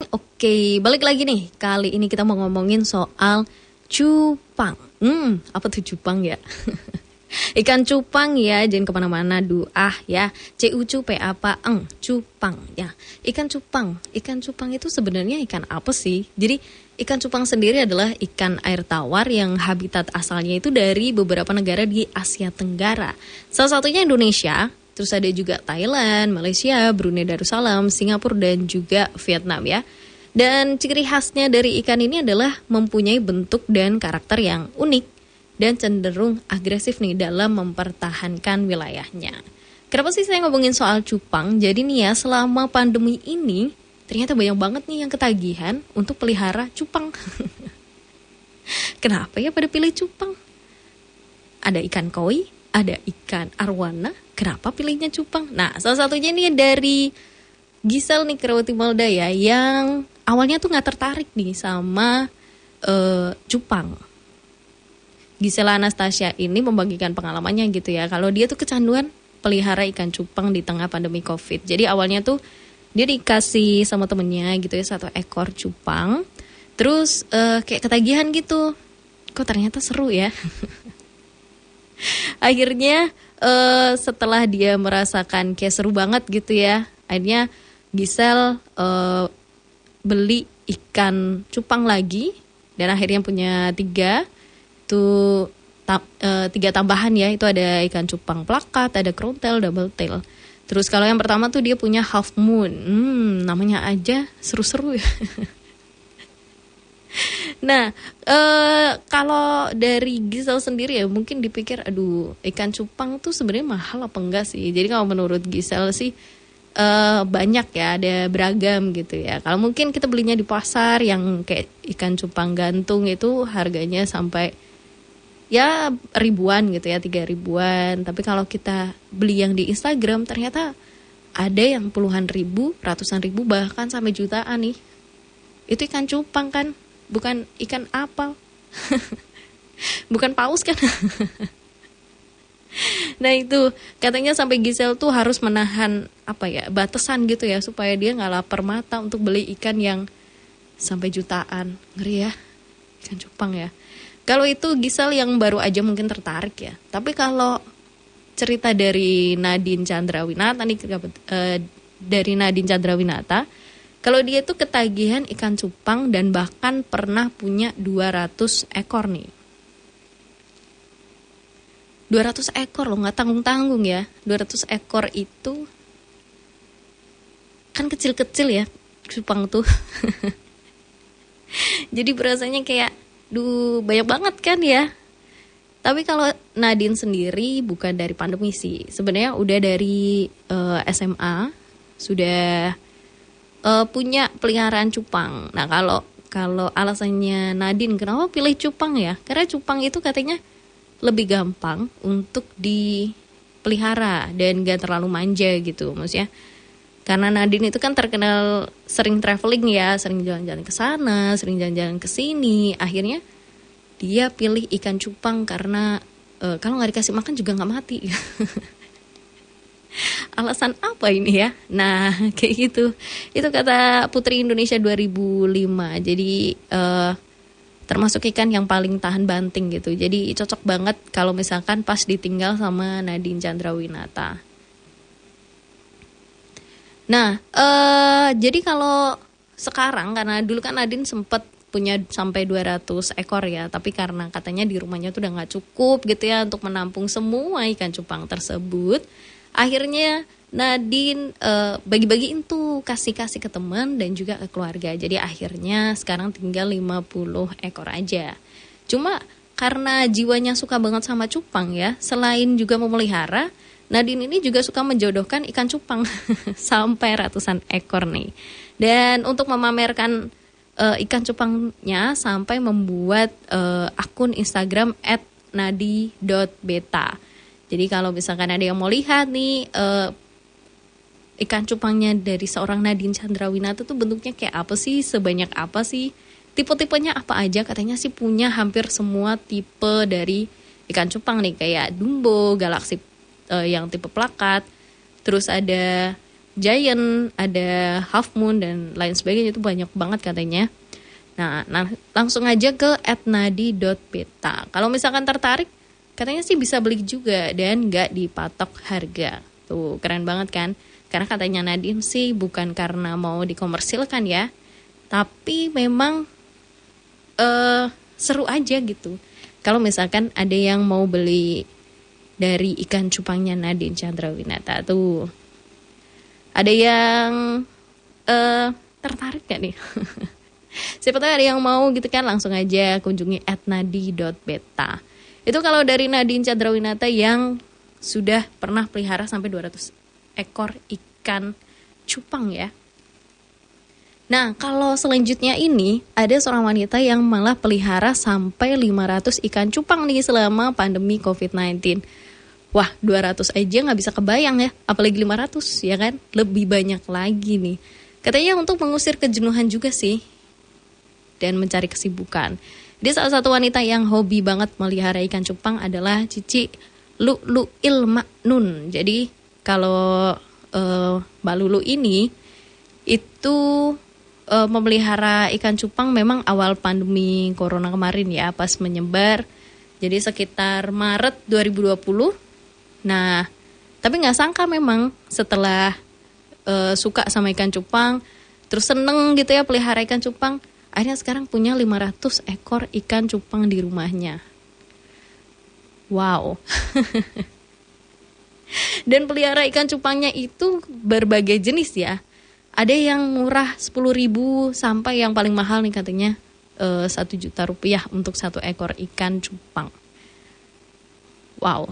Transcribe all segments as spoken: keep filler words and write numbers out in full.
Oke, balik lagi nih. Kali ini kita mau ngomongin soal cupang. Hmm, apa tuh cupang ya? Ikan cupang ya, jangan kemana-mana duah ya. C U C P apa eng cupang ya. Ikan cupang, ikan cupang itu sebenarnya ikan apa sih? Jadi ikan cupang sendiri adalah ikan air tawar yang habitat asalnya itu dari beberapa negara di Asia Tenggara. Salah satunya Indonesia. Terus ada juga Thailand, Malaysia, Brunei Darussalam, Singapura, dan juga Vietnam ya. Dan ciri khasnya dari ikan ini adalah mempunyai bentuk dan karakter yang unik dan cenderung agresif nih dalam mempertahankan wilayahnya. Kenapa sih saya ngomongin soal cupang? Jadi nih ya, selama pandemi ini ternyata banyak banget nih yang ketagihan untuk pelihara cupang. Kenapa ya pada pilih cupang? Ada ikan koi, ada ikan arwana. Kenapa pilihnya cupang? Nah, salah satunya nih dari Gisel nih Kerawati Malda ya, yang awalnya tuh gak tertarik nih sama uh, cupang. Gisela Anastasia ini membagikan pengalamannya gitu ya, kalau dia tuh kecanduan pelihara ikan cupang di tengah pandemi COVID. Jadi awalnya tuh dia dikasih sama temennya gitu ya, satu ekor cupang. Terus uh, kayak ketagihan gitu, kok ternyata seru ya. Akhirnya uh, setelah dia merasakan kayak seru banget gitu ya, akhirnya Gisel uh, beli ikan cupang lagi dan akhirnya punya tiga tuh ta- uh, tiga tambahan ya. Itu ada ikan cupang plakat, ada crown tail, double tail. Terus kalau yang pertama tuh dia punya half moon, hmm, namanya aja seru-seru ya. Nah, eh, kalau dari Gisel sendiri ya mungkin dipikir, aduh ikan cupang tuh sebenarnya mahal apa enggak sih? Jadi kalau menurut Gisel sih eh, banyak ya, ada beragam gitu ya. Kalau mungkin kita belinya di pasar yang kayak ikan cupang gantung itu harganya sampai ya ribuan gitu ya, tiga ribuan. Tapi kalau kita beli yang di Instagram ternyata ada yang puluhan ribu, ratusan ribu, bahkan sampai jutaan nih. Itu ikan cupang kan? Bukan ikan apa, bukan paus kan. Nah itu katanya sampai Gisel tuh harus menahan apa ya, batasan gitu ya, supaya dia gak lapar mata untuk beli ikan yang sampai jutaan. Ngeri ya, ikan cupang ya. Kalau itu Gisel yang baru aja mungkin tertarik ya. Tapi kalau cerita dari Nadine Chandrawinata nih, uh, dari Nadine Chandrawinata, kalau dia tuh ketagihan ikan cupang dan bahkan pernah punya dua ratus ekor nih. dua ratus ekor loh, gak tanggung-tanggung ya. dua ratus ekor itu kan kecil-kecil ya cupang tuh. Jadi berasanya kayak, duh banyak banget kan ya. Tapi kalau Nadine sendiri bukan dari pandemi sih. Sebenarnya udah dari uh, S M A sudah Uh, punya peliharaan cupang. Nah kalau kalau alasannya Nadine kenapa pilih cupang ya? Karena cupang itu katanya lebih gampang untuk dipelihara dan gak terlalu manja gitu, maksudnya. Karena Nadine itu kan terkenal sering traveling ya, sering jalan-jalan ke sana, sering jalan-jalan ke sini. Akhirnya dia pilih ikan cupang karena uh, kalau nggak dikasih makan juga nggak mati. Alasan apa ini ya? Nah kayak gitu. Itu kata Putri Indonesia dua ribu lima. Jadi uh, termasuk ikan yang paling tahan banting gitu. Jadi cocok banget kalau misalkan pas ditinggal sama Nadine Chandrawinata. Nah uh, jadi kalau sekarang, karena dulu kan Nadine sempet punya sampai dua ratus ekor ya. Tapi karena katanya di rumahnya tuh udah gak cukup gitu ya untuk menampung semua ikan cupang tersebut, akhirnya Nadine uh, bagi-bagiin tuh, kasih-kasih ke teman dan juga ke keluarga. Jadi akhirnya sekarang tinggal lima puluh ekor aja. Cuma karena jiwanya suka banget sama cupang ya, selain juga memelihara, Nadine ini juga suka menjodohkan ikan cupang sampai ratusan ekor nih. Dan untuk memamerkan uh, ikan cupangnya sampai membuat uh, akun Instagram at nadi dot beta. Jadi kalau misalkan ada yang mau lihat nih uh, ikan cupangnya dari seorang Nadine Chandrawinata tuh bentuknya kayak apa sih, sebanyak apa sih, tipe-tipenya apa aja, katanya sih punya hampir semua tipe dari ikan cupang nih, kayak Dumbo, Galaxy uh, yang tipe plakat, terus ada giant, ada half moon dan lain sebagainya, itu banyak banget katanya. Nah, nah langsung aja ke at nadi dot beta. Kalau misalkan tertarik, katanya sih bisa beli juga dan nggak dipatok harga. Tuh, keren banget kan? Karena katanya Nadine sih bukan karena mau dikomersilkan ya, tapi memang uh, seru aja gitu. Kalau misalkan ada yang mau beli dari ikan cupangnya Nadine Chandrawinata tuh, ada yang uh, tertarik gak nih? Siapa tahu ada yang mau gitu kan, langsung aja kunjungi at nadi dot beta. Itu kalau dari Nadine Chandrawinata yang sudah pernah pelihara sampai dua ratus ekor ikan cupang ya. Nah, kalau selanjutnya ini ada seorang wanita yang malah pelihara sampai lima ratus ikan cupang nih selama pandemi covid sembilan belas. Wah, dua ratus aja nggak bisa kebayang ya, apalagi lima ratus ya kan? Lebih banyak lagi nih. Katanya untuk mengusir kejenuhan juga sih dan mencari kesibukan. Dia salah satu wanita yang hobi banget melihara ikan cupang adalah Cici Luluil Maknun. Jadi kalau uh, Mbak Lulu ini itu uh, memelihara ikan cupang memang awal pandemi corona kemarin ya, pas menyebar. Jadi sekitar Maret dua ribu dua puluh. Nah, tapi nggak sangka memang setelah uh, suka sama ikan cupang, terus seneng gitu ya pelihara ikan cupang, akhirnya sekarang punya lima ratus ekor ikan cupang di rumahnya. Wow. Dan pelihara ikan cupangnya itu berbagai jenis ya. Ada yang murah sepuluh ribu sampai yang paling mahal nih katanya uh, satu juta rupiah untuk satu ekor ikan cupang. Wow.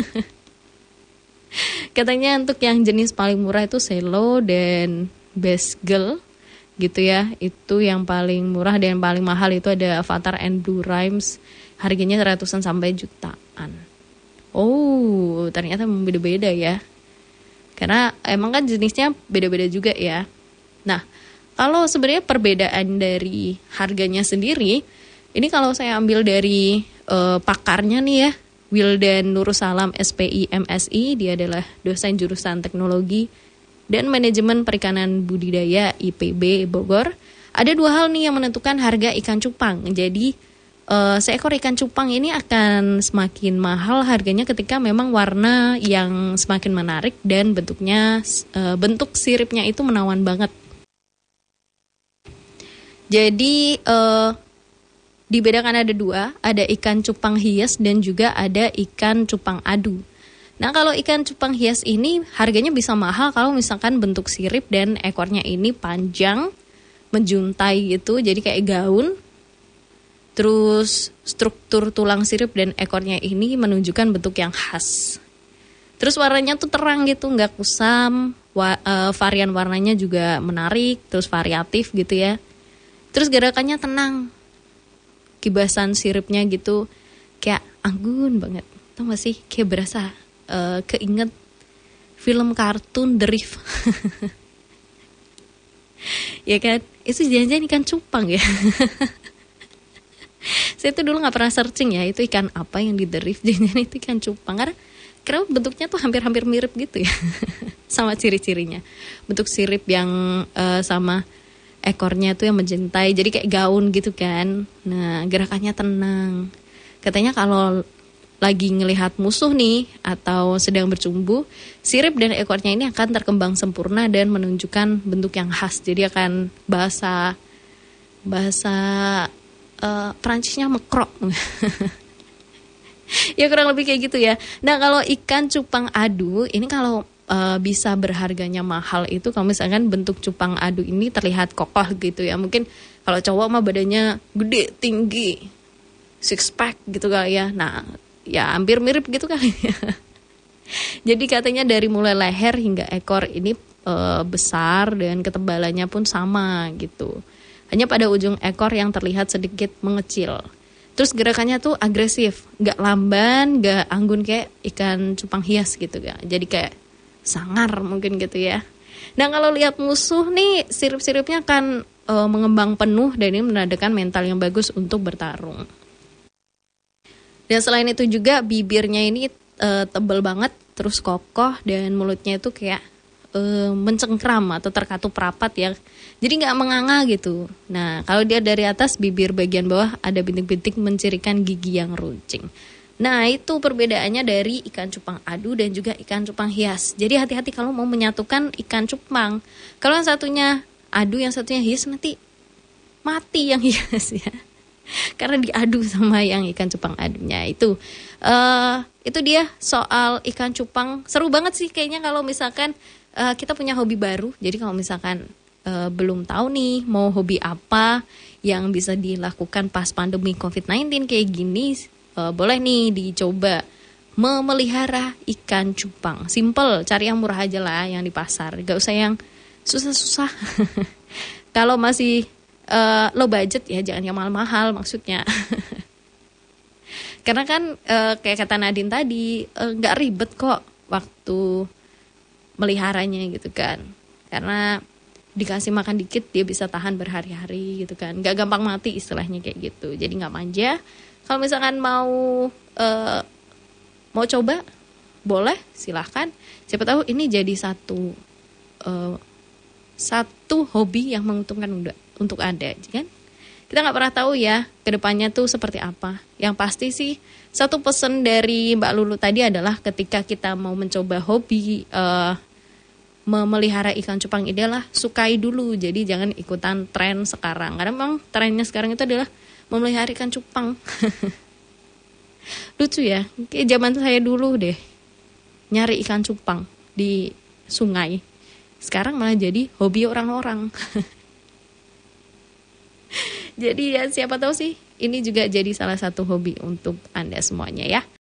Katanya untuk yang jenis paling murah itu selo dan basgel gitu ya. Itu yang paling murah, dan paling mahal itu ada Avatar and Blue Rhymes. Harganya ratusan sampai jutaan. Oh, ternyata memang beda-beda ya. Karena emang kan jenisnya beda-beda juga ya. Nah, kalau sebenarnya perbedaan dari harganya sendiri, ini kalau saya ambil dari uh, pakarnya nih ya, Wildan Nursalam S P I M Si, dia adalah dosen jurusan teknologi dan manajemen perikanan budidaya I P B Bogor. Ada dua hal nih yang menentukan harga ikan cupang. Jadi Uh, seekor ikan cupang ini akan semakin mahal harganya ketika memang warna yang semakin menarik dan bentuknya uh, bentuk siripnya itu menawan banget. Jadi uh, dibedakan ada dua, ada ikan cupang hias dan juga ada ikan cupang adu. Nah, kalau ikan cupang hias ini harganya bisa mahal kalau misalkan bentuk sirip dan ekornya ini panjang, menjuntai gitu, jadi kayak gaun. Terus struktur tulang sirip dan ekornya ini menunjukkan bentuk yang khas. Terus warnanya tuh terang gitu, nggak kusam. Wa, uh, varian warnanya juga menarik, terus variatif gitu ya. Terus gerakannya tenang. Kibasan siripnya gitu kayak anggun banget. Tau gak sih? Kayak berasa uh, keinget film kartun The Reef. Ya kan? Itu jangan-jangan ikan cupang ya. Saya tuh dulu nggak pernah searching ya itu ikan apa yang di The Reef, jangan itu ikan cupang karena karena bentuknya tuh hampir-hampir mirip gitu ya sama ciri-cirinya, bentuk sirip yang uh, sama ekornya tuh yang menjuntai jadi kayak gaun gitu kan. Nah, gerakannya tenang. Katanya kalau lagi ngelihat musuh nih atau sedang bercumbu, sirip dan ekornya ini akan terkembang sempurna dan menunjukkan bentuk yang khas. Jadi akan bahasa bahasa Uh, Perancisnya mekrok. Ya kurang lebih kayak gitu ya. Nah, kalau ikan cupang adu ini kalau uh, bisa berharganya mahal itu kalau misalkan bentuk cupang adu ini terlihat kokoh gitu ya. Mungkin kalau cowok mah badannya gede, tinggi, six pack gitu kali ya. Nah, ya hampir mirip gitu kali ya. Jadi katanya dari mulai leher hingga ekor ini uh, besar dan ketebalannya pun sama gitu. Hanya pada ujung ekor yang terlihat sedikit mengecil. Terus gerakannya tuh agresif, gak lamban, gak anggun kayak ikan cupang hias gitu ya. Jadi kayak sangar mungkin gitu ya. Nah, kalau lihat musuh nih, sirip-siripnya akan e, mengembang penuh dan ini menandakan mental yang bagus untuk bertarung. Dan selain itu juga bibirnya ini e, tebal banget, terus kokoh dan mulutnya itu kayak e, mencengkram atau terkatup rapat ya. Jadi nggak menganga gitu. Nah, kalau dia dari atas, bibir bagian bawah ada bintik-bintik mencirikan gigi yang runcing. Nah, itu perbedaannya dari ikan cupang adu dan juga ikan cupang hias. Jadi hati-hati kalau mau menyatukan ikan cupang. Kalau yang satunya adu, yang satunya hias, nanti mati yang hias ya. Karena diadu sama yang ikan cupang adunya itu. Uh, itu dia soal ikan cupang. Seru banget sih kayaknya kalau misalkan uh, kita punya hobi baru. Jadi kalau misalkan uh, belum tahu nih mau hobi apa yang bisa dilakukan pas pandemi covid sembilan belas kayak gini, Uh, boleh nih dicoba memelihara ikan cupang. Simple, cari yang murah aja lah yang di pasar. Gak usah yang susah-susah. Kalau masih uh, low budget ya jangan yang mahal-mahal maksudnya. Karena kan uh, kayak kata Nadine tadi, uh, gak ribet kok waktu meliharanya gitu kan. Karena dikasih makan dikit dia bisa tahan berhari-hari gitu kan. Gak gampang mati istilahnya kayak gitu. Jadi gak manja. Kalau misalkan mau uh, mau coba, boleh silahkan. Siapa tahu ini jadi satu uh, satu hobi yang menguntungkan untuk Anda, kan? Kita nggak pernah tahu ya kedepannya tuh seperti apa. Yang pasti sih satu pesan dari Mbak Lulu tadi adalah ketika kita mau mencoba hobi uh, memelihara ikan cupang ini adalah sukai dulu. Jadi jangan ikutan tren sekarang. Karena memang trennya sekarang itu adalah memelihara ikan cupang. Lucu ya, kayak zaman saya dulu deh nyari ikan cupang di sungai. Sekarang malah jadi hobi orang-orang. Jadi ya siapa tahu sih ini juga jadi salah satu hobi untuk Anda semuanya ya.